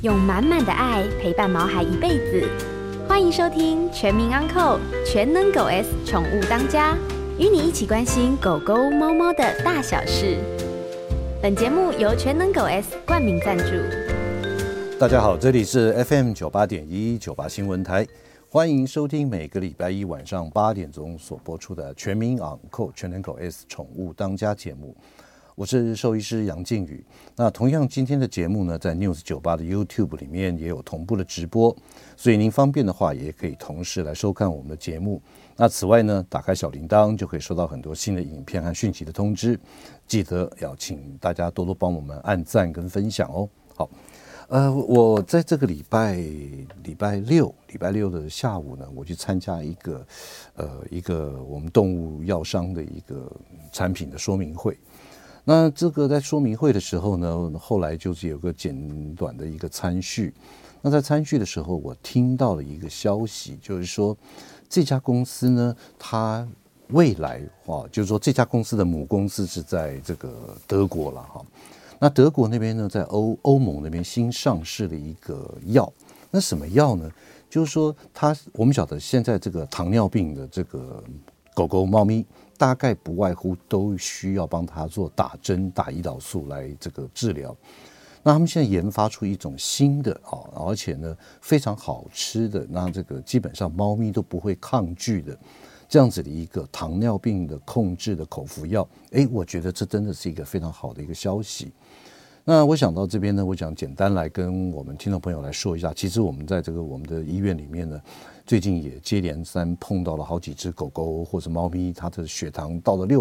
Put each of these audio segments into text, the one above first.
用满满的爱陪伴毛孩一辈子。欢迎收听全民安扣全能狗 S 宠物当家，与你一起关心狗狗、猫猫的大小事。本节目由全能狗 S 冠名赞助。 大家好，这里是 FM98.1 98新闻台，欢迎收听每个礼拜一晚上8点钟所播出的全民昂扣全能狗 S 宠物当家节目。我是兽医师杨靖宇。那同样今天的节目呢，在 News 98的 YouTube 里面也有同步的直播，所以您方便的话也可以同时来收看我们的节目。那此外呢，打开小铃铛就可以收到很多新的影片和讯息的通知，记得要请大家多多帮我们按赞跟分享哦。好，我在这个礼拜六的下午呢，我去参加一个我们动物药商的一个产品的说明会。那这个在说明会的时候呢，后来就是有个简短的一个参叙。那在参叙的时候，我听到了一个消息，就是说这家公司呢，它未来就是说这家公司的母公司是在这个德国了哈。那德国那边呢，在欧盟那边新上市的一个药，那什么药呢？就是说我们晓得现在这个糖尿病的这个狗狗、猫咪，大概不外乎都需要帮它做打针、打胰岛素来这个治疗。那他们现在研发出一种新的而且呢非常好吃的，那这个基本上猫咪都不会抗拒的这样子的一个糖尿病的控制的口服药。我觉得这真的是一个非常好的一个消息。那我想到这边呢，我想简单来跟我们听众朋友来说一下，其实我们在这个我们的医院里面呢，最近也接连三碰到了好几只狗狗或者猫咪，它的血糖到了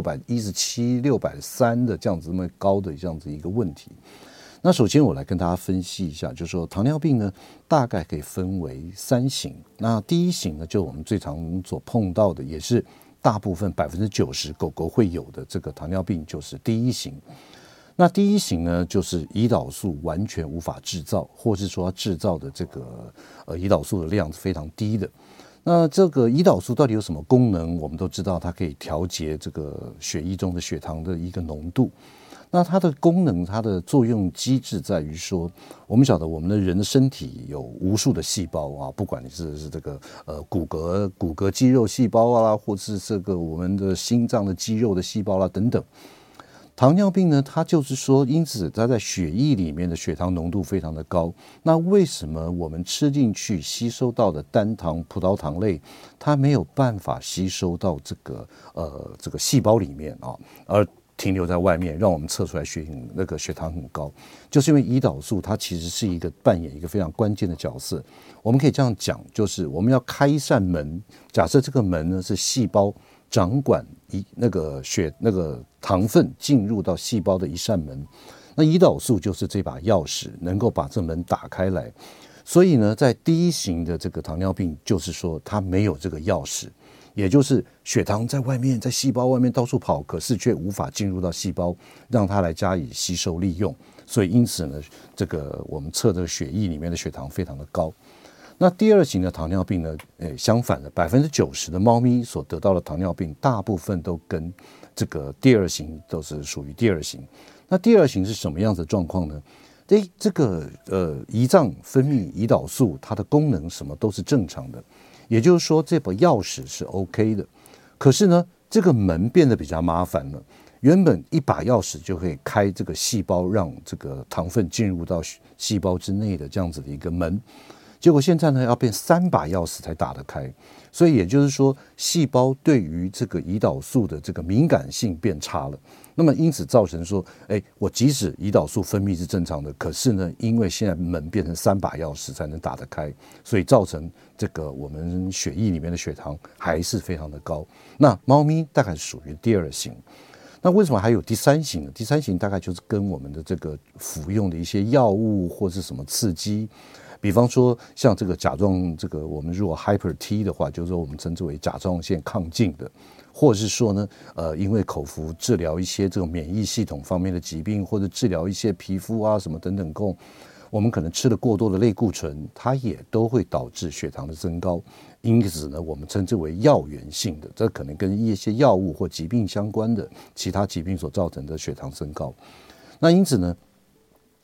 617、630的这样子那么高的这样子一个问题。那首先我来跟大家分析一下，就是说糖尿病呢大概可以分为3型。那第一型呢，就我们最常所碰到的，也是大部分90%狗狗会有的这个糖尿病，就是第一型。那第一型呢，就是胰岛素完全无法制造，或是说制造的这个胰岛素的量是非常低的。那这个胰岛素到底有什么功能？我们都知道它可以调节这个血液中的血糖的一个浓度。那它的功能，它的作用机制在于说，我们晓得我们的人的身体有无数的细胞啊，不管你是这个骨骼肌肉细胞啊，或是这个我们的心脏的肌肉的细胞啦等等。糖尿病呢，它就是说，因此它在血液里面的血糖浓度非常的高。那为什么我们吃进去吸收到的单糖、葡萄糖类，它没有办法吸收到这个细胞里面啊，而停留在外面，让我们测出来血糖很高？就是因为胰岛素它其实是扮演一个非常关键的角色。我们可以这样讲，就是我们要开一扇门，假设这个门呢是细胞掌管那个糖分进入到细胞的一扇门，那胰岛素就是这把钥匙，能够把这门打开来。所以呢，在第一型的这个糖尿病，就是说它没有这个钥匙，也就是血糖在外面，在细胞外面到处跑，可是却无法进入到细胞，让它来加以吸收利用。所以因此呢，这个我们测这个血液里面的血糖非常的高。那第二型的糖尿病呢，相反的，90%的猫咪所得到的糖尿病，大部分都跟这个第二型都是属于第二型。那第二型是什么样子的状况呢？这个胰脏分泌胰岛素，它的功能什么都是正常的，也就是说这把钥匙是 OK 的。可是呢，这个门变得比较麻烦了。原本一把钥匙就可以开这个细胞，让这个糖分进入到细胞之内的这样子的一个门。结果现在呢，要变3把钥匙才打得开，所以也就是说，细胞对于这个胰岛素的这个敏感性变差了。那么因此造成说，我即使胰岛素分泌是正常的，可是呢，因为现在门变成3把钥匙才能打得开，所以造成这个我们血液里面的血糖还是非常的高。那猫咪大概是属于第二型。那为什么还有第3型呢？第3型大概就是跟我们的这个服用的一些药物或是什么刺激。比方说像这个甲状我们如果 Hyper T 的话，就是说我们称之为甲状腺亢进的，或者是说呢因为口服治疗一些这种免疫系统方面的疾病，或者治疗一些皮肤啊什么等等我们可能吃了过多的类固醇，它也都会导致血糖的增高。因此呢，我们称之为药源性的，这可能跟一些药物或疾病相关的其他疾病所造成的血糖升高。那因此呢，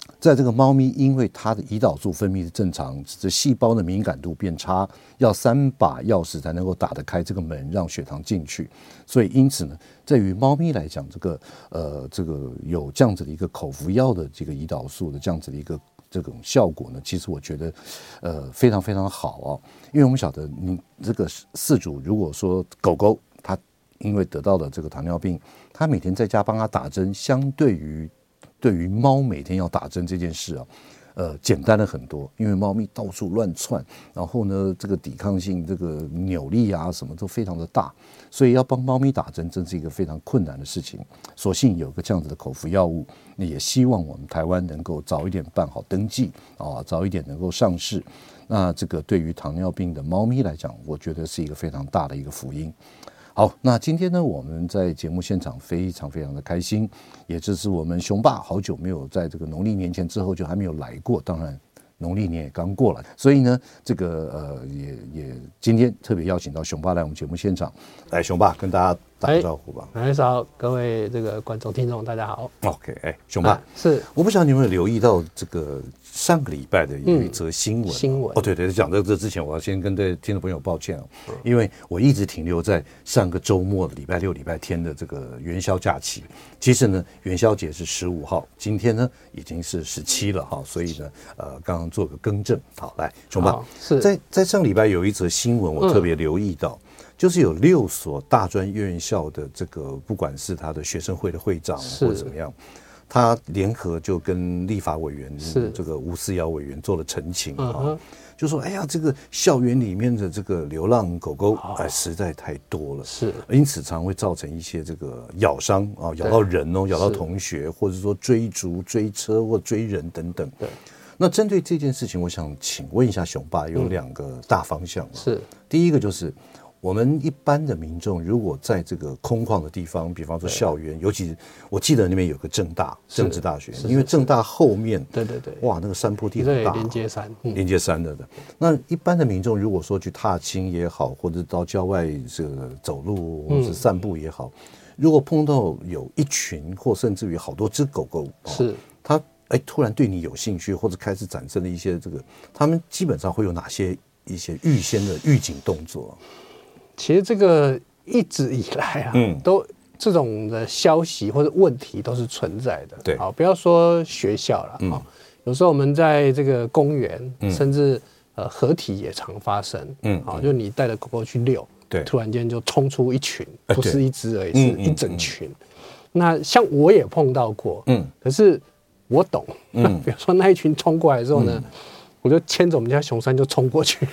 在这个猫咪，因为它的胰岛素分泌的正常，这细胞的敏感度变差，要3把钥匙才能够打得开这个门，让血糖进去。所以因此呢，在于猫咪来讲，这个有这样子的一个口服药的这个胰岛素的这样子的一个这种效果呢，其实我觉得非常非常好哦。因为我们晓得，你这个饲主如果说狗狗它因为得到了这个糖尿病，它每天在家帮它打针，相对于猫每天要打针这件事啊，简单了很多，因为猫咪到处乱窜，然后呢，这个抵抗性、这个扭力啊，什么都非常的大，所以要帮猫咪打针，真是一个非常困难的事情。所幸有个这样子的口服药物，那也希望我们台湾能够早一点办好登记啊，早一点能够上市。那这个对于糖尿病的猫咪来讲，我觉得是一个非常大的一个福音。好，那今天呢，我们在节目现场非常非常的开心，也就是我们熊爸好久没有在这个农历年前之后就还没有来过，当然农历年也刚过了，所以呢，这个也今天特别邀请到熊爸来我们节目现场，来熊爸跟大家打个招呼吧。 好，各位这个观众听众大家好。 OK， 熊爸， 是， 我不晓得你有没有留意到这个上个礼拜的有一则新闻。哦，对，讲到这之前，我要先跟对听众朋友抱歉哦，因为我一直停留在上个周末礼拜六、礼拜天的这个元宵假期。其实呢，元宵节是15号，今天呢已经是17了哈，所以呢，刚刚做个更正。好，来，熊爸，在上礼拜有一则新闻，我特别留意到。就是有6所大专院校的这个，不管是他的学生会的会长或者怎么样，他联合就跟立法委员这个吴思瑶委员做了澄清啊，就说哎呀，这个校园里面的这个流浪狗狗实在太多了， 是， 因此常会造成一些这个咬伤啊，咬到人哦，咬到同学，或者说追逐、追车或追人等等。对。那针对这件事情，我想请问一下熊爸，有2个大方向。 是， 第一个就是。我们一般的民众，如果在这个空旷的地方，比方说校园，尤其我记得那边有个政治大学，因为政大后面， 对， 哇，那个山坡地很大，连接山的。那一般的民众，如果说去踏青也好，或者到郊外这个走路或者散步也好，如果碰到有一群或甚至于好多只狗狗， 是它突然对你有兴趣，或者开始产生了一些这个，他们基本上会有哪些一些预先的预警动作？ 其实这个一直以来啊，都这种的消息或者问题都是存在的。 对， 好，不要说学校了，有时候我们在这个公园，甚至合体也常发生。好，就你带着狗狗去遛，对，突然间就冲出一群，不是一只而已，是一整群。那像我也碰到过，可是我懂，比如说那一群冲过来之后呢。我就牵着我们家熊山就冲过去，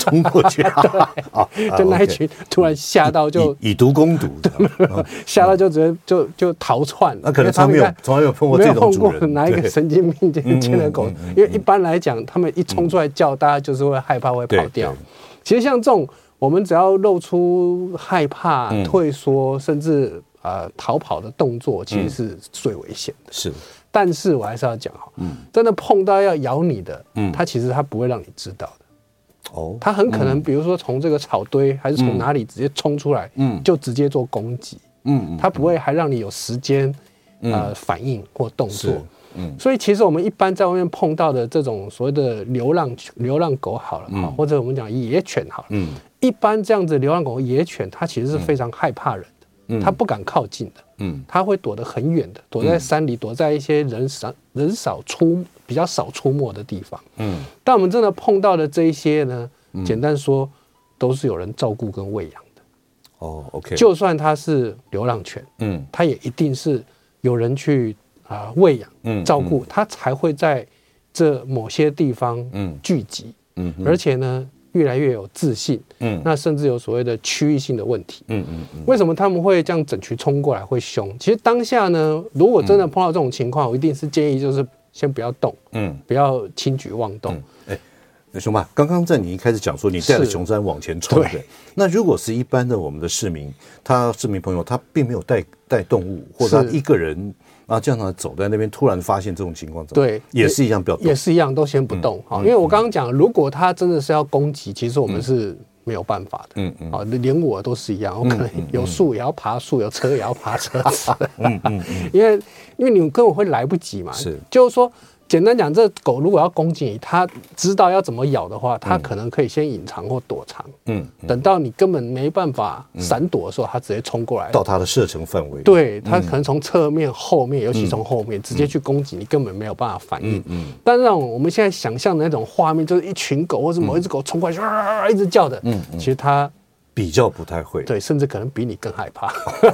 对，就那一群突然吓到就以毒攻毒， 吓到就直接就逃窜了。 那可能从来没有碰过这种主人， 哪一个神经病牵着狗？因为一般来讲，他们一冲出来叫，大家就是会害怕会跑掉。其实像这种，我们只要露出害怕、退缩，甚至逃跑的动作，其实是最危险的。 是。 但是我还是要讲哈，真的碰到要咬你的，它其实它不会让你知道的。哦，它很可能比如说从这个草堆还是从哪里直接冲出来，就直接做攻击。它不会还让你有时间反应或动作。所以其实我们一般在外面碰到的这种所谓的流浪狗好了，或者我们讲野犬好了，一般这样子流浪狗野犬，它其实是非常害怕人的，它不敢靠近的。它会躲得很远的，躲在山里，躲在一些比较少出没的地方。但我们真的碰到的这一些呢，简单说，都是有人照顾跟喂养的。 哦 ，OK。 就算它是流浪犬，它也一定是有人去喂养、照顾，它才会在这某些地方聚集。而且呢。越来越有自信，那甚至有所谓的区域性的问题，为什么他们会这样整群冲过来会凶？其实当下呢，如果真的碰到这种情况，我一定是建议就是先不要动，不要轻举妄动。 熊爸，刚刚在你一开始讲说你带着熊山往前冲的，那如果是一般的我们的市民朋友，他并没有带动物，或者他一个人。这样走在那边，突然发现这种情况，对，也是一样，不要动， 也是一样，都先不动。因为我刚刚讲，如果他真的是要攻击，其实我们是没有办法的。连我都是一样，我可能有树也要爬树，有车也要爬车子。因为你根本会来不及嘛。是，就是说， 简单讲，这狗如果要攻击你，它知道要怎么咬的话，它可能可以先隐藏或躲藏。等到你根本没办法闪躲的时候，它直接冲过来到它的射程范围。 对，它可能从侧面、后面，尤其从后面直接去攻击你，根本没有办法反应。但是那种我们现在想象的那种画面，就是一群狗或者某一只狗冲过来，一直叫的，其实它比较不太会， 对，甚至可能比你更害怕。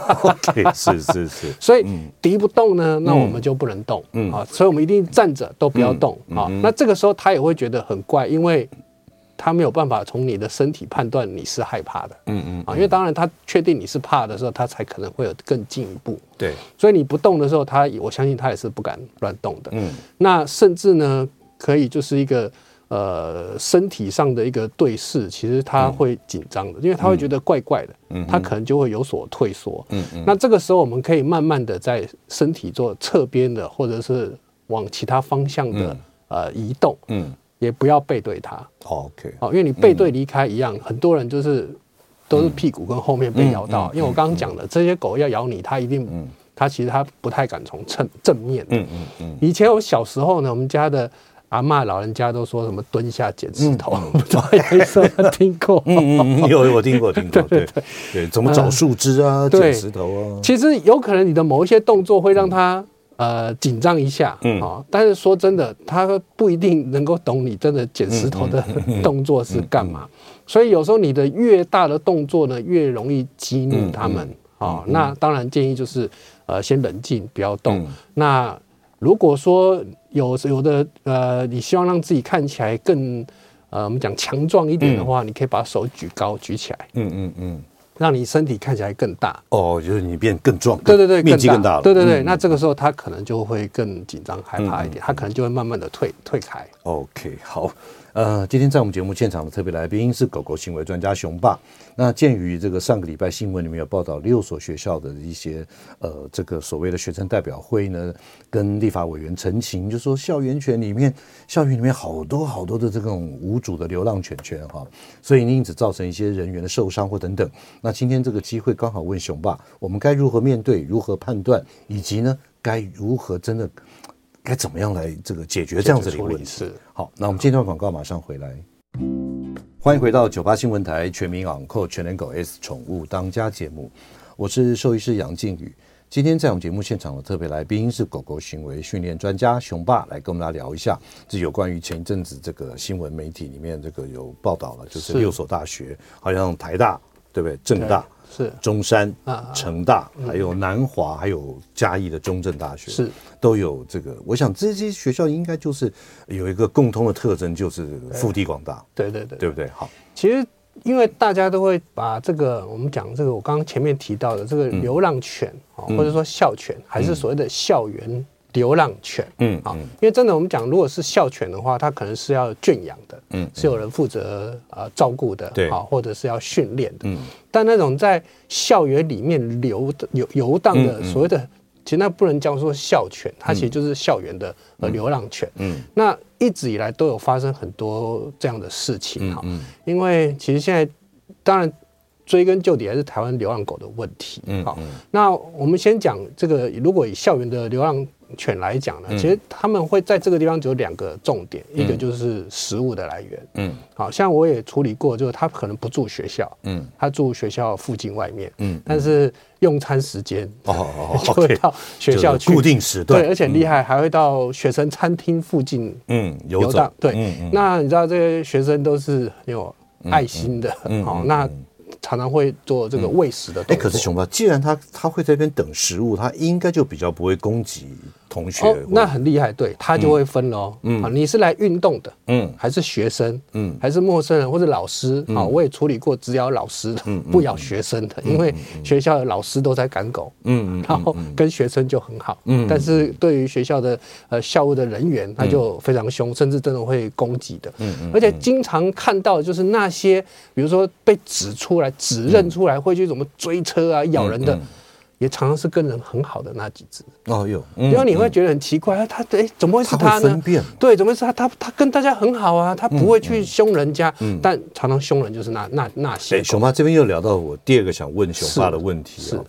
OK， 是， 所以敌不动呢，那我们就不能动所以我们一定站着都不要动那这个时候他也会觉得很怪，因为他没有办法从你的身体判断你是害怕的，因为当然他确定你是怕的时候，他才可能会有更进一步。 对， 所以你不动的时候，我相信他也是不敢乱动的。那甚至呢，可以就是一个。身体上的一个对视，其实他会紧张的，因为他会觉得怪怪的，他可能就会有所退缩。那这个时候我们可以慢慢的在身体做侧边的，或者是往其他方向的移动，也不要背对他。 OK， 因为你背对离开一样，很多人都是屁股跟后面被咬到，因为我刚刚讲的这些狗要咬你，它一定它其实它不太敢从正面的。以前我小时候呢，我们家的阿嬷老人家都说什么蹲下捡石头，不知道有没有听过？ 有我听过，对，怎么找树枝啊，捡石头啊。 其实有可能你的某一些动作会让他紧张一下但是说真的，他不一定能够懂你真的捡石头的动作是干嘛。所以有时候你的越大的动作呢，越容易激怒他们那当然建议就是先冷静，不要动。那如果说有的你希望让自己看起来更我们讲强壮一点的话，你可以把手举高举起来，让你身体看起来更大。 就是你变更壮， 对， 面积更大了。 对，那这个时候他可能就会更紧张害怕一点，他可能就会慢慢的退开。 OK， 好。今天在我们节目现场的特别来宾是狗狗行为专家熊爸。那鉴于这个上个礼拜新闻里面有报道6所学校的一些这个所谓的学生代表会呢，跟立法委员陈情，就说校园里面好多的这种无主的流浪犬所以因此造成一些人员的受伤或等等。那今天这个机会刚好问熊爸，我们该如何面对，如何判断，以及呢该如何真的该怎么样来这个解决这样子的一个问题。好，那我们这段广告马上回来。欢迎回到98新闻台全民昂扣全能狗 S 宠物当家节目，我是兽医师杨靖宇。今天在我们节目现场的特别来宾是狗狗行为训练专家熊爸，来跟我们来聊一下这有关于前一阵子这个新闻媒体里面这个有报道了，就是6所大学，好像台大对不对？政大是中山、成大，还有南华，还有嘉义的中正大学， 是都有这个。我想这些学校应该就是有一个共通的特征，就是腹地广大， 对不对？好， 其实因为大家都会把这个我们讲这个我刚刚前面提到的这个流浪犬或者说校犬，还是所谓的校园流浪犬，因为真的我们讲，如果是校犬的话，它可能是要圈养的，是有人负责照顾的， 对， 或者是要训练的，但那种在校园里面游荡的所谓的，其实那不能叫做校犬，它其实就是校园的流浪犬，那一直以来都有发生很多这样的事情，因为其实现在当然追根究底还是台湾流浪狗的问题，好，那我们先讲这个，如果以校园的流浪犬来讲呢，其实他们会在这个地方只有2个重点，一个就是食物的来源，好像我也处理过，就是他可能不住学校，他住学校附近外面，但是用餐时间就会到学校去， 固定时段， 对，而且厉害，还会到学生餐厅附近游荡，对，那你知道这些学生都是有爱心的，好，那常常会做这个喂食的动作。 可是熊爸，既然他会在那边等食物，他应该就比较不会攻击同学。 那很厉害，对，他就会分咯。你是来运动的，还是学生，还是陌生人或者老师？我也处理过只咬老师的，不咬学生的，因为学校的老师都在赶狗，然后跟学生就很好，但是对于学校的校务的人员，他就非常凶，甚至真的会攻击的。而且经常看到就是那些，比如说被指认出来会去怎么追车啊、咬人的，也常常是跟人很好的那几只。因为你会觉得很奇怪，他怎么会是他呢？对，怎么会是他？他跟大家很好啊，他不会去凶人家，但常常凶人就是那些。 熊爸这边又聊到我第2个想问熊爸的问题，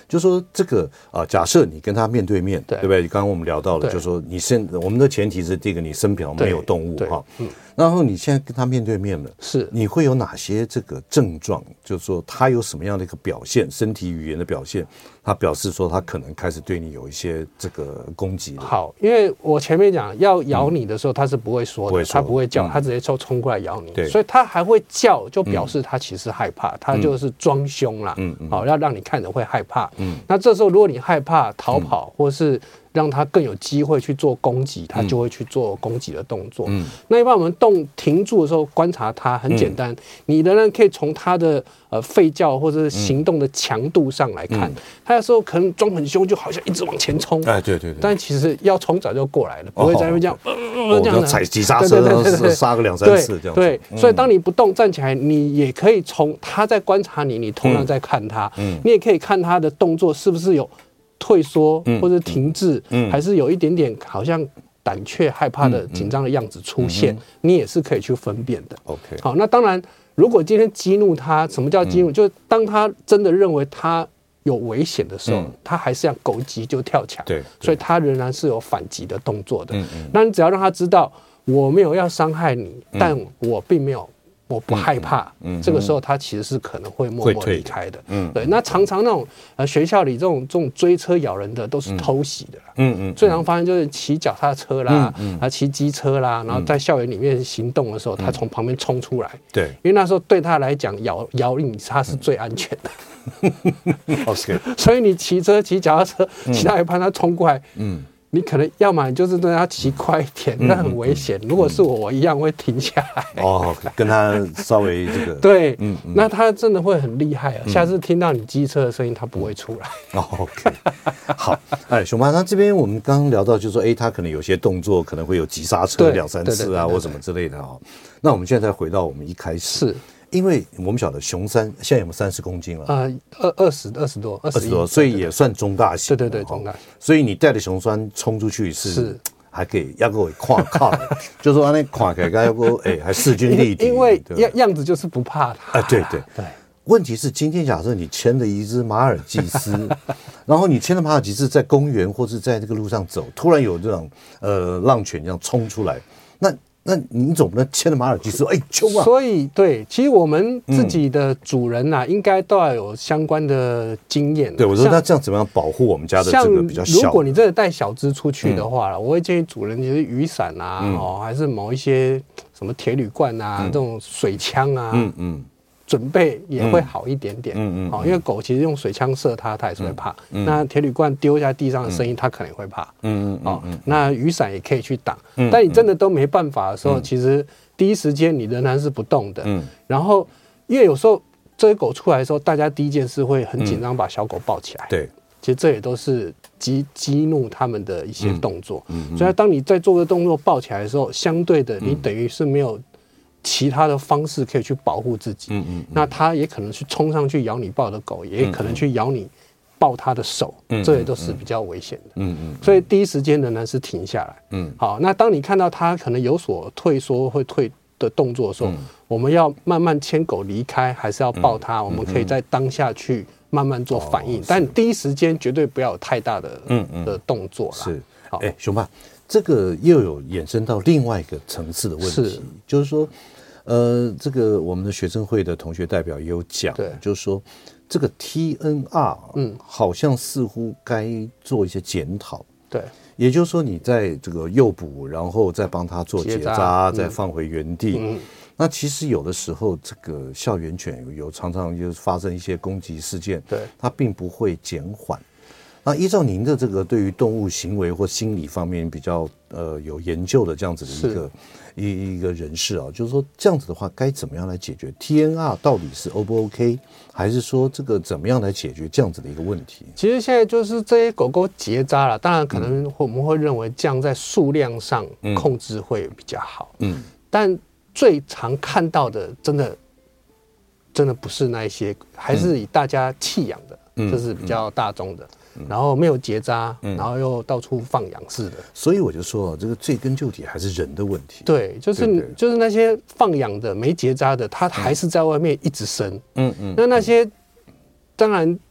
就说这个假设你跟他面对面，对不对？刚刚我们聊到了，就说我们的前提是这个你身旁没有动物哈，然后你现在跟他面对面了， 是你会有哪些这个症状？就是说他有什么样的一个表现，身体语言的表现，他表示说他可能开始对你有一些这个攻击了。 好，因为我前面讲要咬你的时候，他是不会说的，他不会叫，他直接冲过来咬你，所以他还会叫，就表示他其实害怕，他就是装凶啦，好，要让你看着会害怕。那这时候如果你害怕逃跑，或是让他更有机会去做攻击，他就会去做攻击的动作。那一般我们停住的时候观察他很简单，你仍然可以从他的吠叫或者是行动的强度上来看，他有时候可能装很凶，就好像一直往前冲， 对， 但其实要冲早就过来了，不会在那边这样这样踩急刹车，刹个2-3次这样。 对，所以当你不动站起来，你也可以从他在观察你，你同样在看他，你也可以看他的动作是不是有退缩或者停滞，还是有一点点好像胆怯、害怕的紧张的样子出现，你也是可以去分辨的。 OK， 好，那当然，如果今天激怒他，什么叫激怒？就是当他真的认为他有危险的时候，他还是要狗急就跳墙， 对， 所以他仍然是有反击的动作的。那你只要让他知道我没有要伤害你，但我并没有。我不害怕，这个时候他其实是可能会默默离开的。对，那常常那种学校里这种追车咬人的都是偷袭的啦。最常发生就是骑脚踏车啦，骑机车啦，然后在校园里面行动的时候，他从旁边冲出来。对，因为那时候对他来讲，咬你他是最安全的。 OK， 所以你骑车、骑脚踏车，骑到一半他冲过来，你可能要么你就是真的要骑快一点，那很危险。如果是我一样会停下来。 跟他稍微这个对，那他真的会很厉害啊！下次听到你机车的声音，他不会出来。 OK， 好，熊爸，那这边我们刚刚聊到，就是说，他可能有些动作可能会有急刹车2-3次啊，或什么之类的啊。那我们现在再回到我们一开始是。因为我们晓得熊3现在有没有30公斤了 ？20多， 所以也算中大型。 对，中大型。 所以你带着熊3冲出去是还可以，要给我看，就说那看起来要不还势均力敌。 因为样子就是不怕他。 对。问题是今天假设你牵了一只马尔济斯，然后你牵了马尔济斯在公园或是在这个路上走，突然有这种浪犬这样冲出来，那你总不能牵着马尔济斯冲啊！ 所以对，其实我们自己的主人应该都要有相关的经验。 对，我说那这样怎么样保护我们家的这个比较小？ 如果你真的带小只出去的话，我会建议主人就是雨伞啊，还是某一些什么铁铝罐啊，这种水枪啊，准备也会好一点点。因为狗其实用水枪射它也是会怕。那铁铝罐丢在地上的声音，它可能也会怕。那雨伞也可以去挡。但你真的都没办法的时候，其实第一时间你仍然是不动的。然后，因为有时候这些狗出来的时候，大家第一件事会很紧张，把小狗抱起来。 对， 其实这也都是激怒他们的一些动作。所以当你在做个动作抱起来的时候，相对的你等于是没有其他的方式可以去保护自己。那它也可能去冲上去咬你抱的狗，也可能去咬你抱它的手，这也都是比较危险的。所以第一时间仍然是停下来。好，那当你看到它可能有所退缩会退的动作的时候，我们要慢慢牵狗离开，还是要抱它？我们可以在当下去慢慢做反应，但第一时间绝对不要有太大的动作啦。 是，好，熊爸，这个又有衍生到另外一个层次的问题，就是说，这个我们的学生会的同学代表也有讲，就是说这个 TNR，好像似乎该做一些检讨。对，也就是说你在这个诱捕，然后再帮他做结扎，再放回原地。那其实有的时候，这个校园犬常常就发生一些攻击事件，对，它并不会减缓。那依照您的这个对于动物行为或心理方面比较有研究的这样子的一个人士啊，就是说这样子的话该怎么样来解决 TNR 到底是 O 不 OK， 还是说这个怎么样来解决这样子的一个问题？ 其实现在就是这些狗狗结扎了，当然可能我们会认为这样在数量上控制会比较好，但最常看到的真的不是那一些，还是以大家弃养的，这是比较大众的。然后没有结扎，然后又到处放养式的， 所以我就说，这个追根究底还是人的问题。 对，就是那些放养的没结扎的，它还是在外面一直生。那些当然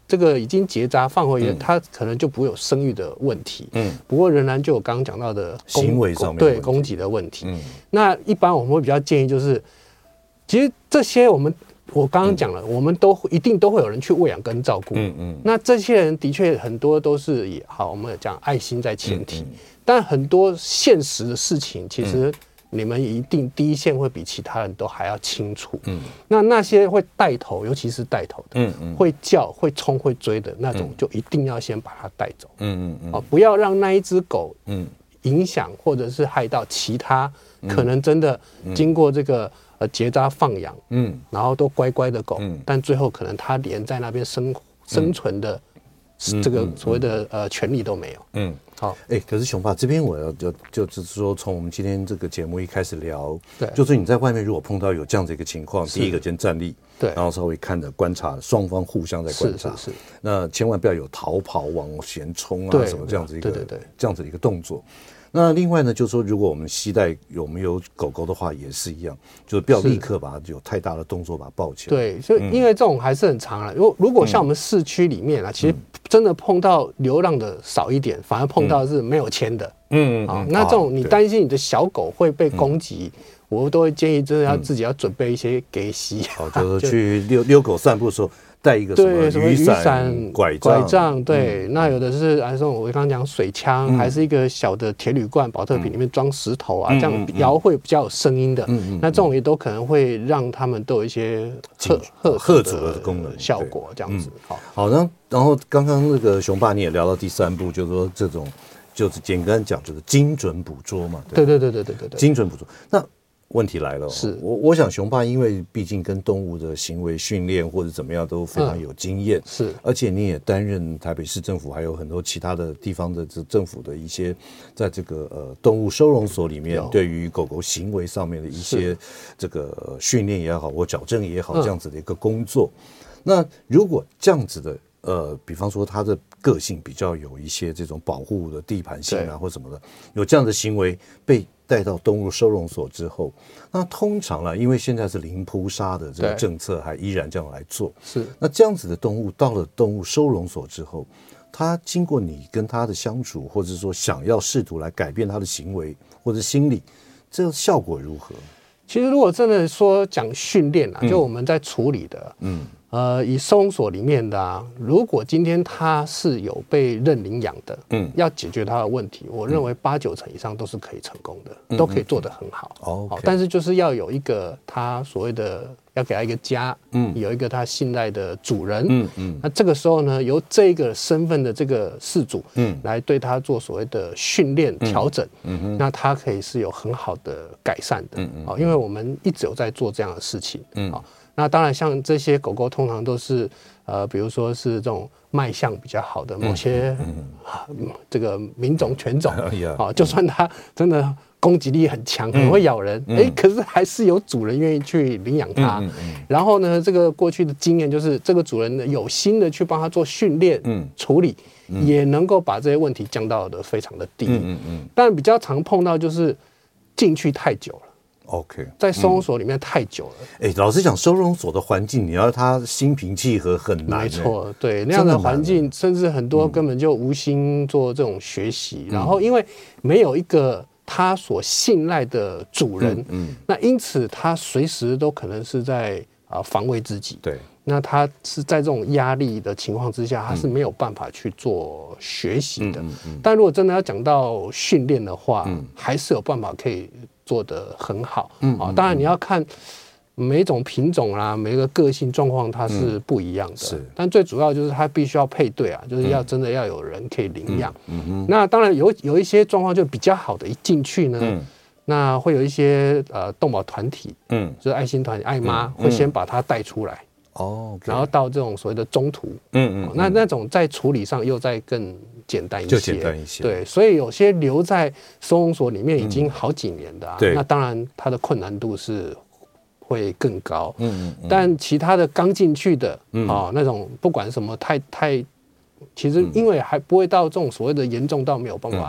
这个已经结扎放回原，它可能就不会有生育的问题。不过仍然就有刚刚讲到的行为上面对供给的问题。那一般我们会比较建议就是，其实这些我刚刚讲了，我们一定都会有人去喂养跟照顾。那这些人的确很多都是我们讲爱心在前提，但很多现实的事情其实。你们一定第一线会比其他人都还要清楚。那些会带头，尤其是带头的，会叫、会冲、会追的那种，就一定要先把它带走。不要让那一只狗影响或者是害到其他可能真的经过这个结扎放养，然后都乖乖的狗，但最后可能它连在那边生存的这个所谓的权利都没有。好， 可是熊爸这边我要就是说，从我们今天这个节目一开始聊， 对， 就是你在外面如果碰到有这样子一个情况，第一个先站立， 对， 然后稍微看着观察，双方互相在观察， 是， 那千万不要有逃跑往前冲啊什么这样子一个这样子的一个动作。那另外呢，就是说，如果我们携带有没有狗狗的话，也是一样，就是不要立刻把它有太大的动作把它抱起来。 对，就因为这种还是很长了。如果像我们市区里面啊，其实真的碰到流浪的少一点，反而碰到是没有牵的。那这种你担心你的小狗会被攻击，我都会建议真的要自己要准备一些给息。 就是去遛狗散步的时候。带一个什么雨伞、拐杖， 对，那有的是我刚刚讲水枪，还是一个小的铁铝罐、保特瓶里面装石头啊，这样摇会比较有声音的。那这种也都可能会让他们都有一些吓阻的功能效果，这样子。 好，然后刚刚那个熊爸你也聊到第3步，就是说这种就是简单讲就是精准捕捉嘛。 对， 精准捕捉。那问题来了， 是我想熊爸因为毕竟跟动物的行为训练或者怎么样都非常有经验， 是， 而且你也担任台北市政府还有很多其他的地方的政府的一些在这个动物收容所里面对于狗狗行为上面的一些这个训练也好或矫正也好这样子的一个工作。那如果这样子的比方说它的个性比较有一些这种保护的地盘性啊或什么的，有这样的行为被带到动物收容所之后，那通常啦，因为现在是零扑杀的这个政策还依然这样来做， 是。那这样子的动物到了动物收容所之后，它经过你跟它的相处，或者说想要试图来改变它的行为或者心理，这个效果如何？ 其实如果真的说讲训练啊，就我们在处理的，以收容所里面的啊，如果今天它是有被认领养的，要解决它的问题，我认为8、9成以上都是可以成功的，都可以做得很好。但是就是要有一个他所谓的要给他一个家，有一个他信赖的主人，那这个时候呢，由这个身份的这个饲主，来对他做所谓的训练调整，那他可以是有很好的改善的，因为我们一直有在做这样的事情，那当然，像这些狗狗通常都是比如说是这种卖相比较好的某些这个民种犬种就算它真的攻击力很强，很会咬人，可是还是有主人愿意去领养它。然后呢，这个过去的经验就是这个主人有心的去帮他做训练、处理，也能够把这些问题降到的非常的低。但比较常碰到就是进去太久了。 OK， 在收容所里面太久了。 老实讲，收容所的环境，你要它心平气和很难。 没错，对那样的环境，甚至很多根本就无心做这种学习。然后因为没有一个他所信赖的主人，那因此他随时都可能是在防卫自己。 对， 那他是在这种压力的情况之下，他是没有办法去做学习的。但如果真的要讲到训练的话，还是有办法可以做得很好。当然你要看每种品种啦，每个个性状况它是不一样的。是，但最主要就是它必须要配对啊，就是要真的要有人可以领养。那当然有一些状况就比较好的，一进去呢，那会有一些动保团体，就是爱心团体、爱妈会先把它带出来。然后到这种所谓的中途，那种在处理上又再更简单一些， 就简单一些。 对，所以有些留在收容所里面已经好几年的那当然它的困难度是会更高。但其他的刚进去的那种不管什么太，其实因为还不会到这种所谓的严重到没有办法。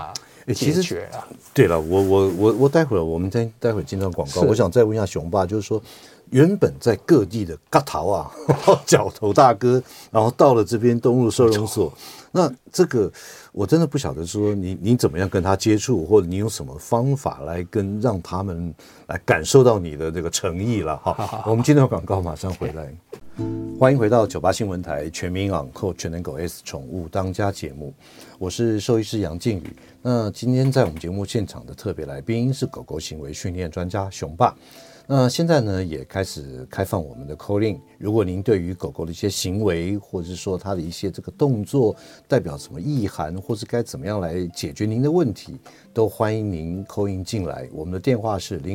解决啊。 对了，我待会儿我们待会儿进段广告，我想再问一下熊爸，就是说，原本在各地的嘎桃啊，角头大哥，然后到了这边动物收容所，那这个我真的不晓得说你怎么样跟他接触，或者你用什么方法来让他们来感受到你的这个诚意了哈。我们进段广告马上回来。欢迎回到98新闻台全民昂扣全能狗 S 宠物当家节目，我是兽医师杨靖宇。那今天在我们节目现场的特别来宾是狗狗行为训练专家熊爸。那现在呢也开始开放我们的 call in， 如果您对于狗狗的一些行为，或者是说它的一些这个动作代表什么意涵，或是该怎么样来解决您的问题，都欢迎您 call in 进来。我们的电话是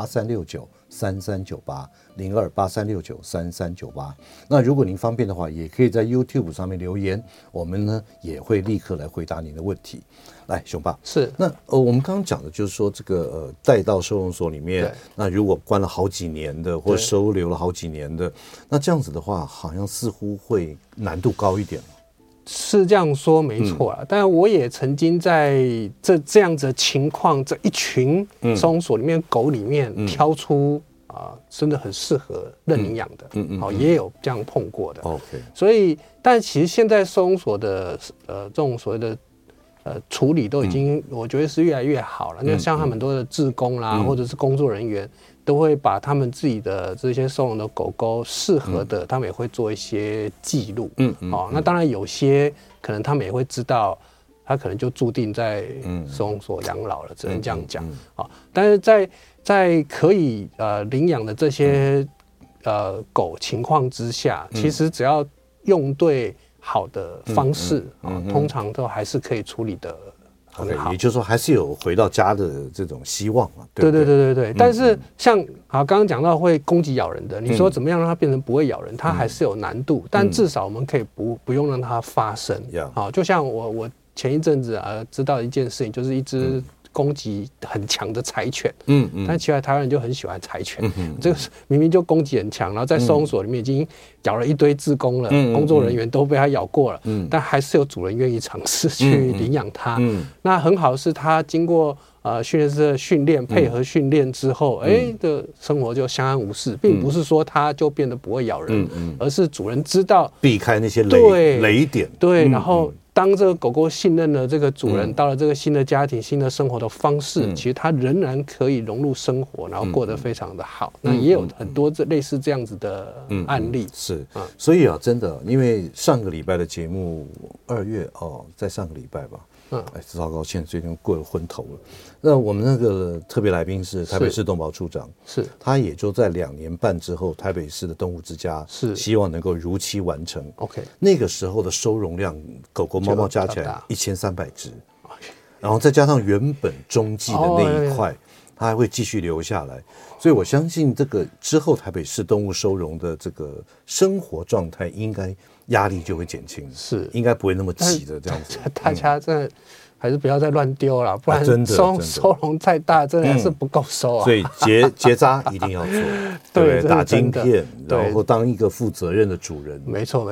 0283693398，0283693398。那如果您方便的话，也可以在 YouTube 上面留言，我们呢也会立刻来回答您的问题。来，熊爸， 是那我们刚刚讲的就是说这个带到收容所里面，那如果关了好几年的，或者收留了好几年的，那这样子的话，好像似乎会难度高一点。 是这样说没错啊，但我也曾经在这样子的情况，这一群收容所里面狗里面挑出真的很适合认领养的，也有这样碰过的。OK， 所以但其实现在收容所的这种所谓的处理都已经，我觉得是越来越好了。那像他们很多的志工啦，或者是工作人员，都会把他们自己的这些收容的狗狗适合的，他们也会做一些记录。那当然有些可能他们也会知道，他可能就注定在收容所养老了，只能这样讲。但是在可以领养的这些狗情况之下，其实只要用对好的方式通常都还是可以处理的很好。 也就是说，还是有回到家的这种希望嘛？ 对。但是像刚刚讲到会攻击咬人的，你说怎么样让它变成不会咬人，它还是有难度。但至少我们可以不用让它发生。就像我前一阵子知道一件事情，就是一只攻击很强的柴犬，但奇怪台湾人就很喜欢柴犬，这个明明就攻击很强，然后在收容所里面已经咬了一堆志工了，工作人员都被它咬过了，但还是有主人愿意尝试去领养它。那很好是它经过训练师的训练，配合训练之后，的生活就相安无事，并不是说它就变得不会咬人，而是主人知道避开那些雷点， 对，然后当这个狗狗信任了这个主人，到了这个新的家庭、新的生活的方式，其实它仍然可以融入生活，然后过得非常的好。那也有很多类似这样子的案例。 是，所以真的，因为上个礼拜的节目2月在上个礼拜吧。糟糕，现在最近过了昏头了。那我们那个特别来宾是台北市动保处长，是他也就在2年半之后，台北市的动物之家是希望能够如期完成。OK， 那个时候的收容量，狗狗、猫猫加起来1300只，然后再加上原本中继的那一块，它还会继续留下来。所以我相信这个之后台北市动物收容的这个生活状态应该压力就会减轻，是应该不会那么挤的这样子。 大家真的还是不要再乱丢了，不然收容再大真的是不够收啊。 所以结扎一定要做，对不对？打晶片，然后当一个负责任的主人。 没错。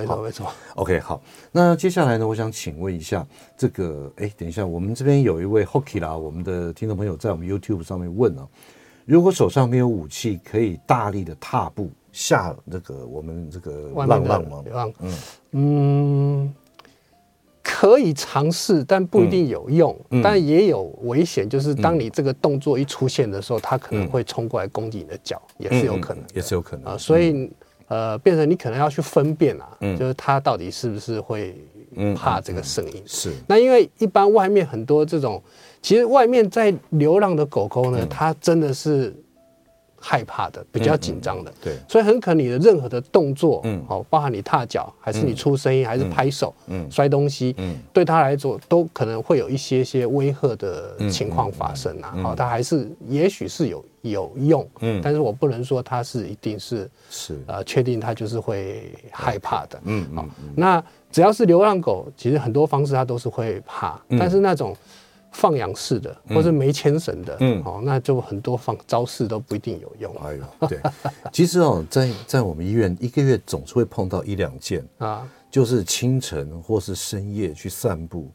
OK， 好，那接下来呢，我想请问一下这个，等一下，我们这边有一位 Hockey 啦，我们的听众朋友在我们 YouTube 上面问如果手上没有武器，可以大力的踏步下那个我们这个浪吗？ 可以尝试，但不一定有用，但也有危险，就是当你这个动作一出现的时候，它可能会冲过来攻击你的脚，也是有可能，所以变成你可能要去分辨就是它到底是不是会怕这个声音。是，那因为一般外面很多这种，其实外面在流浪的狗狗呢，它真的是害怕的，比较紧张的，对，所以很可能你的任何的动作，包含你踏脚，还是你出声音，还是拍手，摔东西，对他来说都可能会有一些威吓的情况发生他还是也许是有用，但是我不能说它是一定是确定它就是会害怕的，那只要是流浪狗，其实很多方式它都是会怕，但是那种放养式的，或是没牵绳的，那就很多招式都不一定有用。 对，其实在我们医院，一个月总是会碰到1-2件就是清晨或是深夜去散步，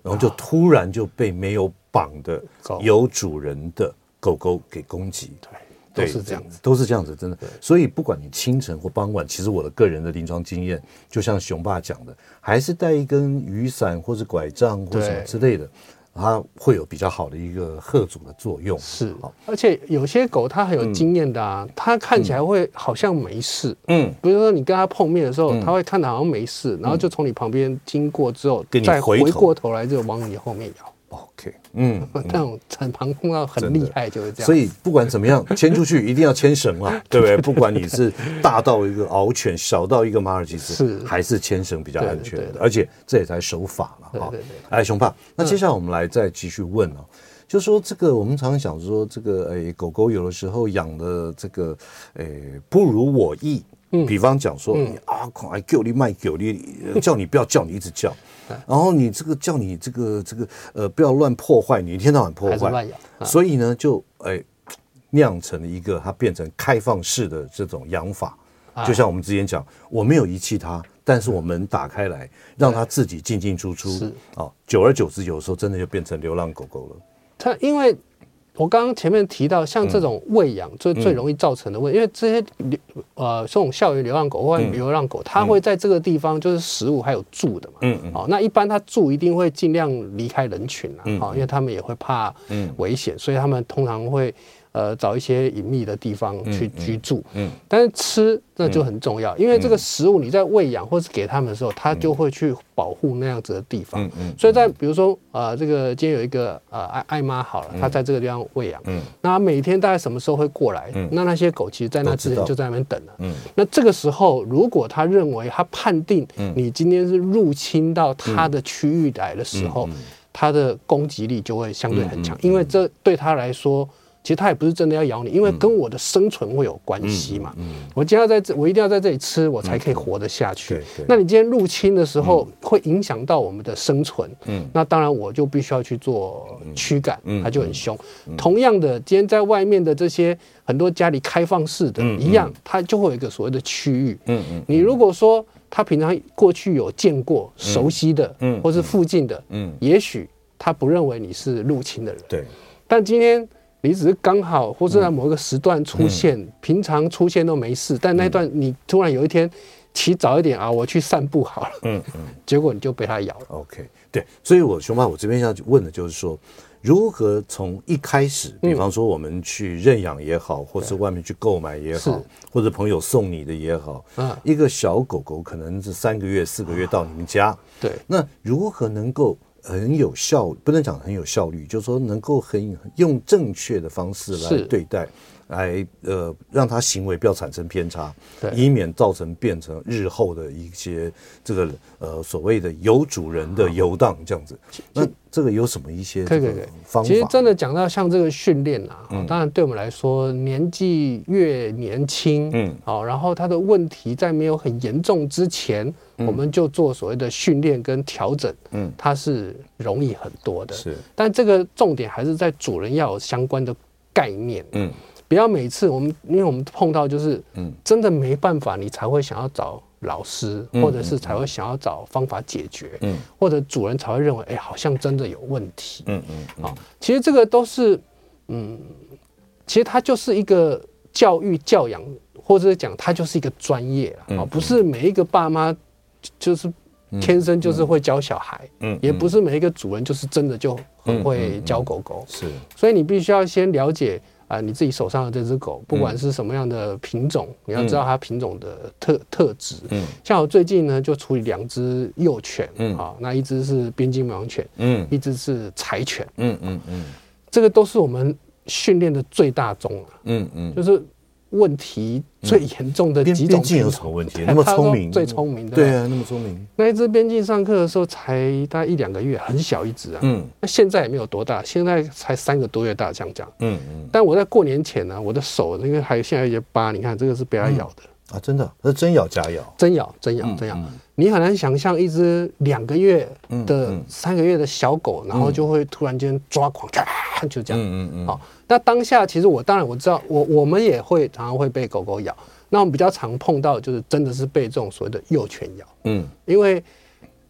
然后就突然就被没有绑的有主人的狗狗给攻击。 对，都是这样子， 都是这样子，真的。所以不管你清晨或傍晚，其实我的个人的临床经验，就像熊爸讲的，还是带一根雨伞或者拐杖或什么之类的，它会有比较好的一个吓阻的作用。 是，而且有些狗它很有经验的啊，它看起来会好像没事。比如说你跟它碰面的时候，它会看得好像没事，然后就从你旁边经过之后，再回过头来就往你后面咬。 OK， 那种很碰到很厉害就是这样。 所以不管怎么样，牵出去一定要牵绳啊，对不对？不管你是大到一个獒犬，小到一个马尔济斯，还是牵绳比较安全的，而且这也才守法了。 对。 哎，熊爸，那接下来我们来再继续问啊，就说这个我们常常讲说这个狗狗有的时候养的这个不如我意。比方讲说，快叫你卖叫你，叫你不要叫你一直叫，然后你这个叫你这个不要乱破坏，你一天到晚破坏，所以呢就酿成了一个它变成开放式的这种养法，就像我们之前讲，我没有遗弃它，但是我门打开来，让它自己进进出出，久而久之，有时候真的就变成流浪狗狗了。 它因为我刚刚前面提到，像这种喂养最容易造成的问题，因为这些这种校园流浪狗或流浪狗，它会在这个地方就是食物还有住的嘛，那一般它住一定会尽量离开人群啊，因为他们也会怕危险，所以他们通常会找一些隐秘的地方去居住。但是吃那就很重要，因为这个食物你在喂养或是给他们的时候，它就会去保护那样子的地方。所以在比如说这个今天有一个爱妈好了，她在这个地方喂养，那每天大概什么时候会过来？那些狗其实在那之前就在那边等了。那这个时候，如果他认为他判定你今天是入侵到他的区域来的时候，他的攻击力就会相对很强，因为这对他来说。其实它也不是真的要咬你，因为跟我的生存会有关系嘛。我今天我一定要在这里吃，我才可以活得下去。那你今天入侵的时候，会影响到我们的生存。那当然我就必须要去做驱赶，它就很凶。同样的，今天在外面的这些很多家里开放式的，一样，它就会有一个所谓的区域。你如果说他平常过去有见过、熟悉的，或是附近的，也许他不认为你是入侵的人。 对， 但今天。你只是刚好，或是在某一个时段出现，平常出现都没事，但那段你突然有一天起早一点啊，我去散步好了，结果你就被它咬了。 OK， 对，所以熊爸，我这边要问的就是说，如何从一开始，比方说我们去认养也好，或是外面去购买也好，或者朋友送你的也好，一个小狗狗可能是3个月、4个月到你们家， 对， 那如何能够？很有效，不能讲很有效率，就是说能够用正确的方式来对待，来让他行为不要产生偏差，以免变成日后的一些这个所谓的有主人的游荡这样子。那这个有什么一些方法？ 其实真的讲到像这个训练啊，当然对我们来说，年纪越年轻，然后他的问题在没有很严重之前。我们就做所谓的训练跟调整，它是容易很多的。是，但这个重点还是在主人要有相关的概念，不要每次因为我们碰到就是，真的没办法，你才会想要找老师，或者是才会想要找方法解决，或者主人才会认为，好像真的有问题，其实这个都是，其实它就是一个教育教养，或者是讲它就是一个专业啦，不是每一个爸妈。就是天生就是会教小孩，也不是每一个主人就是真的就很会教狗狗，是，所以你必须要先了解你自己手上的这只狗，不管是什么样的品种，你要知道它品种的特质。像我最近呢就处理2只幼犬，那一只是边境牧羊犬，一只是柴犬，这个都是我们训练的最大宗就是。问题最严重的几种边境有什么问题？那么聪明， 最聪明的， 对啊，那么聪明。 那一只边境上课的时候才大概1-2个月，很小一只啊。那现在也没有多大，现在才3个多月大，这样。但我在过年前呢，我的手因为还有现在一些疤，你看这个是被它咬的啊，真的，那真咬假咬， 真咬。你很难想象一只2个月的、3个月的小狗，然后就会突然间抓狂，就这样。好。那当下其实当然我知道，我们也会常常会被狗狗咬。那我们比较常碰到就是真的是被这种所谓的幼犬咬，因为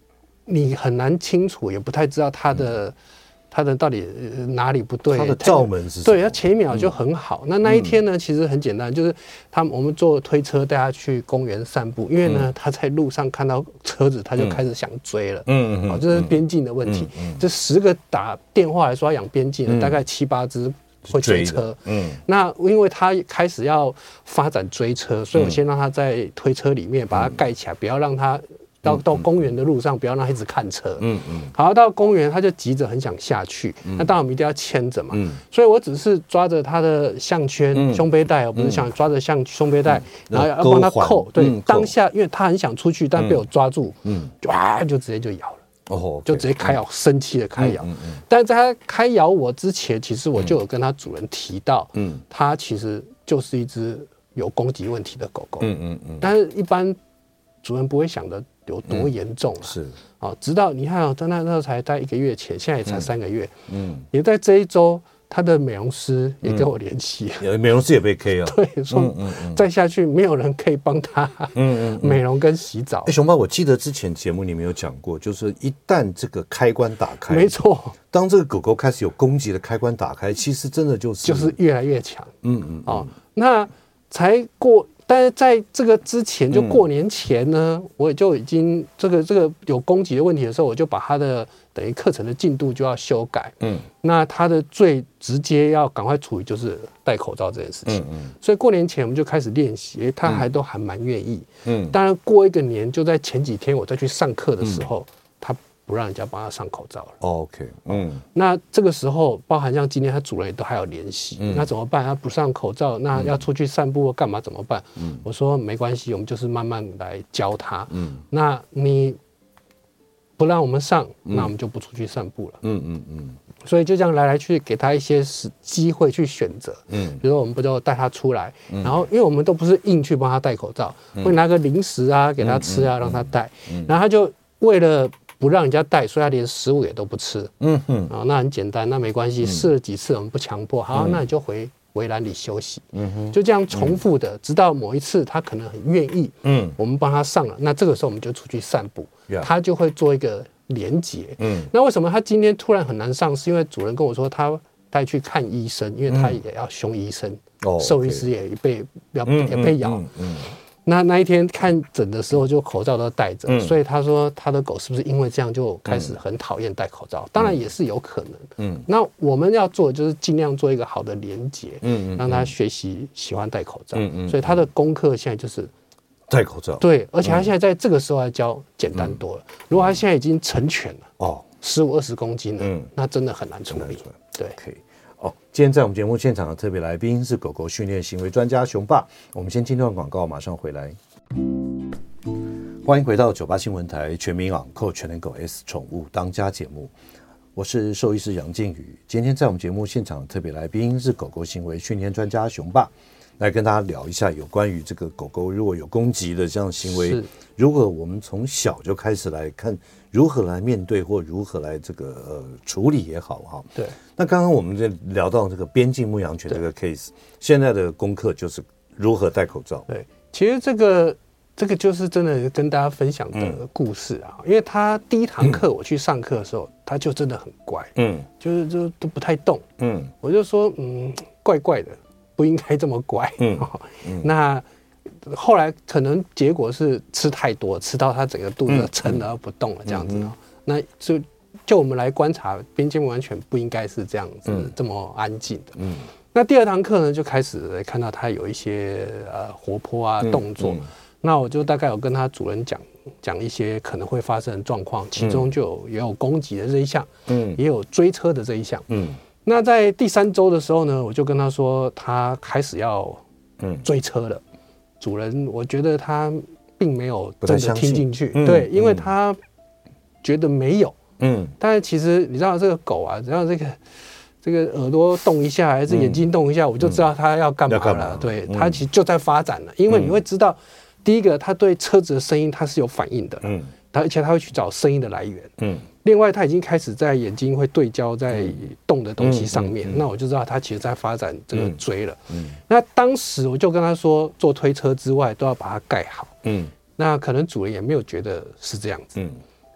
你很难清楚，也不太知道它的到底哪里不对， 它的罩门是什么？ 对，它前一秒就很好。那一天呢，其实很简单，就是我们坐推车带他去公园散步，因为呢他在路上看到车子，他就开始想追了。这是边境的问题。这10个打电话来说要养边境的，大概7、8只会追车。那因为他开始要发展追车，所以我先让他在推车里面把它盖起来，不要让他。到公园的路上，不要让他一直看车。好，到公园他就急着很想下去，那当然我们一定要牵着嘛。所以我只是抓着他的项圈、胸背带，我不是想抓着胸背带，然后要帮他扣。对，当下因为他很想出去，但被我抓住，就直接就咬了。就直接开咬，生气的开咬。但是在他开咬我之前，其实我就有跟他主人提到，他其实就是一只有攻击问题的狗狗。但是一般主人不会想的有多严重是直到你看在那时候才在1个月前，现在也才3个月。也在这一周，他的美容师也跟我联系， 美容师也被 K 了。 对，说再下去没有人可以帮他美容跟洗澡。 熊爸，我记得之前节目里面有讲过，就是一旦这个开关打开， 没错， 当这个狗狗开始有攻击的开关打开，其实真的就是越来越强。那才过。但是在这个之前，就过年前呢，我也就已经这个有攻击的问题的时候，我就把他的等于课程的进度就要修改。那他的最直接要赶快处理就是戴口罩这件事情。所以过年前我们就开始练习，他都还蛮愿意。当然过1个年，就在前几天我再去上课的时候，他不让人家帮他上口罩了。 OK， 那这个时候，包含像今天他主人也都还有联系，那怎么办？他不上口罩，那要出去散步或干嘛怎么办？我说没关系，我们就是慢慢来教他。那你不让我们上，那我们就不出去散步了。所以就这样来来去给他一些机会去选择。比如说我们不就带他出来，然后因为我们都不是硬去帮他戴口罩，会拿个零食啊给他吃啊，让他戴，然后他就为了不让人家带，所以他连食物也都不吃。那很简单，那没关系，试了几次我们不强迫，好，那你就回围栏里休息。就这样重复的，直到某一次他可能很愿意，我们帮他上了，那这个时候我们就出去散步，他就会做一个连结。那为什么他今天突然很难上？是因为主人跟我说他带去看医生，因为他也要凶医生，兽医师也被咬。那一天看诊的时候，就口罩都戴着，所以他说他的狗是不是因为这样就开始很讨厌戴口罩？当然也是有可能。那我们要做的就是尽量做一个好的连结，让他学习喜欢戴口罩。所以他的功课现在就是戴口罩。对， 而且他现在在这个时候来教简单多了。如果他现在已经成犬了，15、20公斤了，那真的很难处理。对。 今天在我们节目现场的特别来宾是狗狗训练行为专家熊爸。我们先进段广告，马上回来。欢迎回到98新闻台全民昂扣全能狗 S 宠物当家节目，我是兽医师杨靖宇。今天在我们节目现场的特别来宾是狗狗行为训练专家熊爸，来跟大家聊一下有关于这个狗狗如果有攻击的这样的行为，如果我们从小就开始来看如何来面对或如何来这个处理也好哈。 对。 那刚刚我们在聊到这个边境牧羊犬这个 case， 现在的功课就是如何戴口罩。 对，其实这个就是真的跟大家分享的故事啊，因为他第一堂课我去上课的时候，他就真的很乖，就都不太动，我就说怪怪的，不应该这么乖，那后来可能结果是吃太多，吃到他整个肚子撑了不动了这样子，那就我们来观察，边境牧羊犬不应该是这样子这么安静的。那第2堂课呢，就开始看到他有一些活泼啊动作。那我就大概有跟他主人讲一些可能会发生的状况，其中也有攻击的这一项，也有追车的这一项。那在第3周的时候呢，我就跟他说他开始要追车了。主人我觉得他并没有真的听进去，对，因为他觉得没有。但是其实你知道这个狗啊，只要这个耳朵动一下，还是眼睛动一下，我就知道它要干嘛了。对，它其实就在发展了，因为你会知道，第一个，它对车子的声音它是有反应的，而且它会去找声音的来源。另外，它已经开始在眼睛会对焦在动的东西上面，那我就知道它其实在发展这个追了。那当时我就跟他说，做推车之外都要把它盖好。那可能主人也没有觉得是这样子。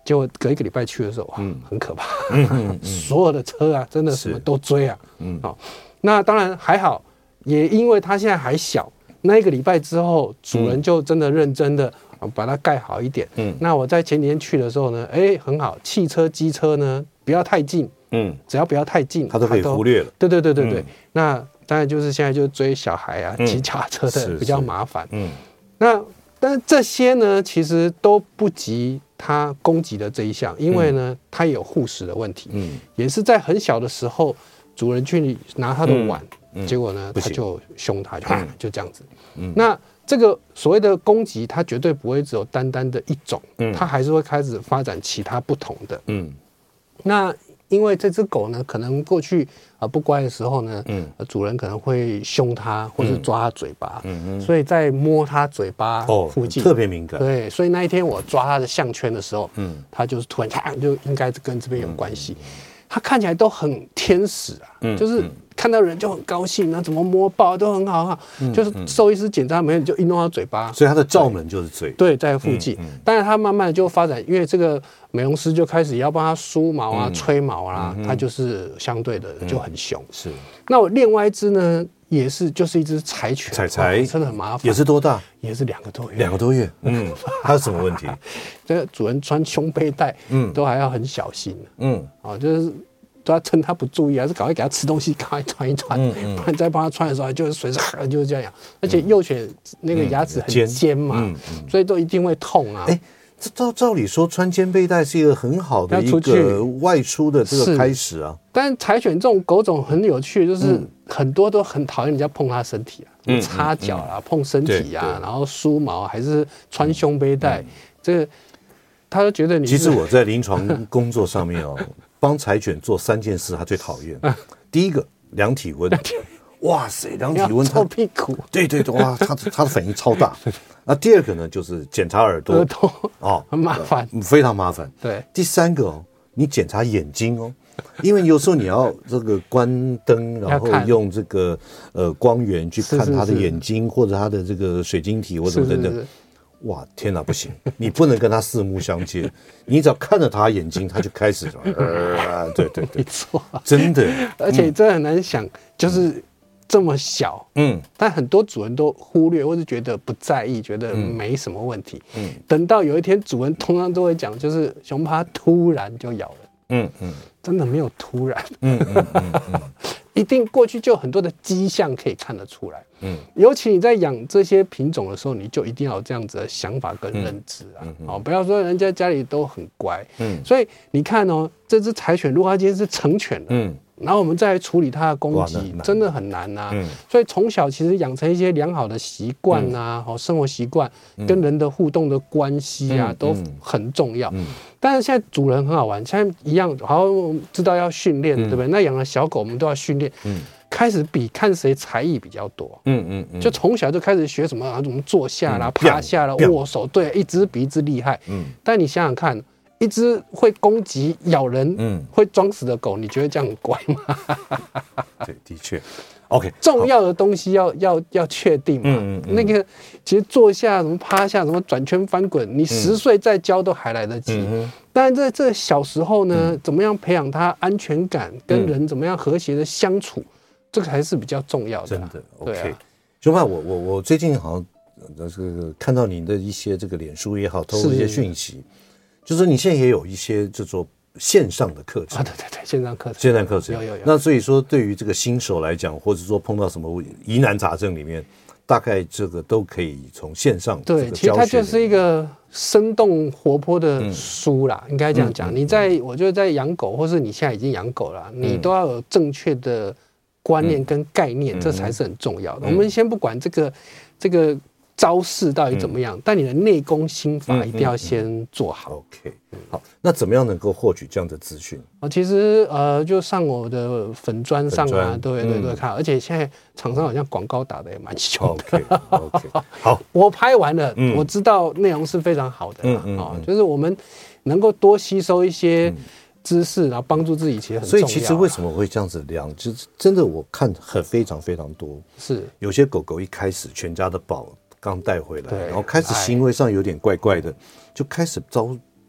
结果隔一个礼拜去的时候，很可怕，所有的车啊，真的什么都追啊，那当然还好，也因为它现在还小，那一个礼拜之后，主人就真的认真的把它盖好一点。那我在前几天去的时候呢，很好，汽车、机车呢不要太近，只要不要太近， 它都可以忽略了。 对，那当然就是现在就追小孩啊，骑脚踏车的比较麻烦。但是这些呢，其实都不及它攻击的这一项，因为呢，它也有护食的问题。也是在很小的时候，主人去拿它的碗，结果呢，他就凶它，就这样子。那这个所谓的攻击，它绝对不会只有单单的一种，它还是会开始发展其他不同的。那因为这只狗呢，可能过去不乖的时候呢，主人可能会凶它，或是抓它嘴巴，所以在摸它嘴巴附近特别敏感。 对，所以那一天我抓它的项圈的时候，它就是突然就应该跟这边有关系。它看起来都很天使啊，就是看到人就很高兴，那怎么摸抱都很好，就是兽医师检查没有就一弄到嘴巴， 所以它的罩门就是嘴， 对，在附近。当然它慢慢的就发展，因为这个美容师就开始也要帮它梳毛啊、吹毛啊，它就是相对的就很凶。 是。 那我另外一只呢，也是就是一只柴犬， 柴真的很麻烦。 也是多大？ 也是2个多月。 2个多月，它有什么问题？ 这个主人穿胸背带，都还要很小心。就是都要趁他不注意，还是赶快给他吃东西，赶快穿一穿，不然再帮他穿的时候，就是随时就是这样。而且幼犬那个牙齿很尖嘛，所以都一定会痛啊。 照理说穿肩背带是一个很好的一个外出的这个开始啊。 但柴犬这种狗种很有趣，就是很多都很讨厌人家碰它身体啊，擦脚啦、碰身体啊，然后梳毛还是穿胸背带，这个他就觉得你。 其实我在临床工作上面帮柴犬做3件事，他最讨厌。第一个量体温，哇塞，量体温， 臭屁股， 对，哇，他的反应超大。那第二个呢，就是检查耳朵很麻烦， 非常麻烦。 对， 第三个你检查眼睛因为有时候你要这个关灯，然后用这个光源去看他的眼睛或者他的这个水晶体或者等等。哇，天哪，不行！你不能跟他四目相接，你只要看着他眼睛，他就开始对， 没错， 真的。 而且真的很难想，就是这么小，但很多主人都忽略或是觉得不在意，觉得没什么问题。等到有一天主人通常都会讲，就是熊趴突然就咬人，真的没有突然，一定过去就有很多的迹象可以看得出来。尤其你在养这些品种的时候，你就一定要有这样子的想法跟认知啊。不要说人家家里都很乖。所以你看这只柴犬如果它今天是成犬了，然后我们再来处理它的攻击，真的很难啊。所以从小其实养成一些良好的习惯啊，生活习惯跟人的互动的关系啊，都很重要。但是现在主人很好玩，现在一样，好像知道要训练，对不对？那养了小狗，我们都要训练。开始比看谁才艺比较多，就从小就开始学什么坐下啦、趴下啦、握手，对，一只比一只厉害。但你想想看，一只会攻击、咬人、会装死的狗，你觉得这样很乖吗？ 对，的确。OK， 重要的东西要确定嘛。那个其实坐下、什么趴下、什么转圈翻滚，你10岁再教都还来得及。但在这小时候呢，怎么样培养他安全感，跟人怎么样和谐的相处？这个还是比较重要的。 真的 ，OK， 熊爸，我最近好像这个看到您的一些这个脸书也好，透露一些讯息，就是你现在也有一些这种线上的课程对，线上课程有。 那所以说，对于这个新手来讲，或者说碰到什么疑难杂症里面，大概这个都可以从线上对，其实它就是一个生动活泼的书啦，应该这样讲。我觉得在养狗，或是你现在已经养狗了，你都要有正确的观念跟概念，这才是很重要的。我们先不管这个招式到底怎么样，但你的内功心法一定要先做好。 OK， 好，那怎么样能够获取这样的资讯？ 其实就上我的粉专上啊，对看，而且现在厂商好像广告打的也蛮凶的。 OK， 好， 我拍完了，我知道内容是非常好的就是我们能够多吸收一些知识，然后帮助自己，其实很重要。 所以其实为什么会这样子量，就是真的我看非常非常多， 是有些狗狗一开始全家的宝刚带回来，然后开始行为上有点怪怪的，就开始遭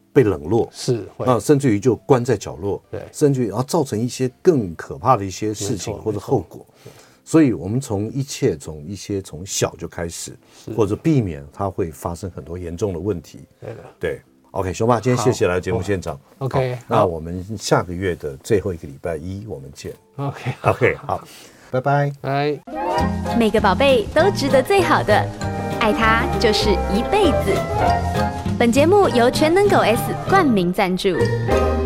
被冷落， 是那甚至于就关在角落， 对， 甚至于造成一些更可怕的一些事情或者后果。所以我们从小就开始，或者避免它会发生很多严重的问题。 对的， 对。OK， 熊爸，今天谢谢来节目现场。 OK， 那我们下个月的最后一个礼拜一我们见。 OK， 好，拜拜。 拜。 每个宝贝都值得最好的，爱他就是一辈子。本节目由全能狗 S 冠名赞助。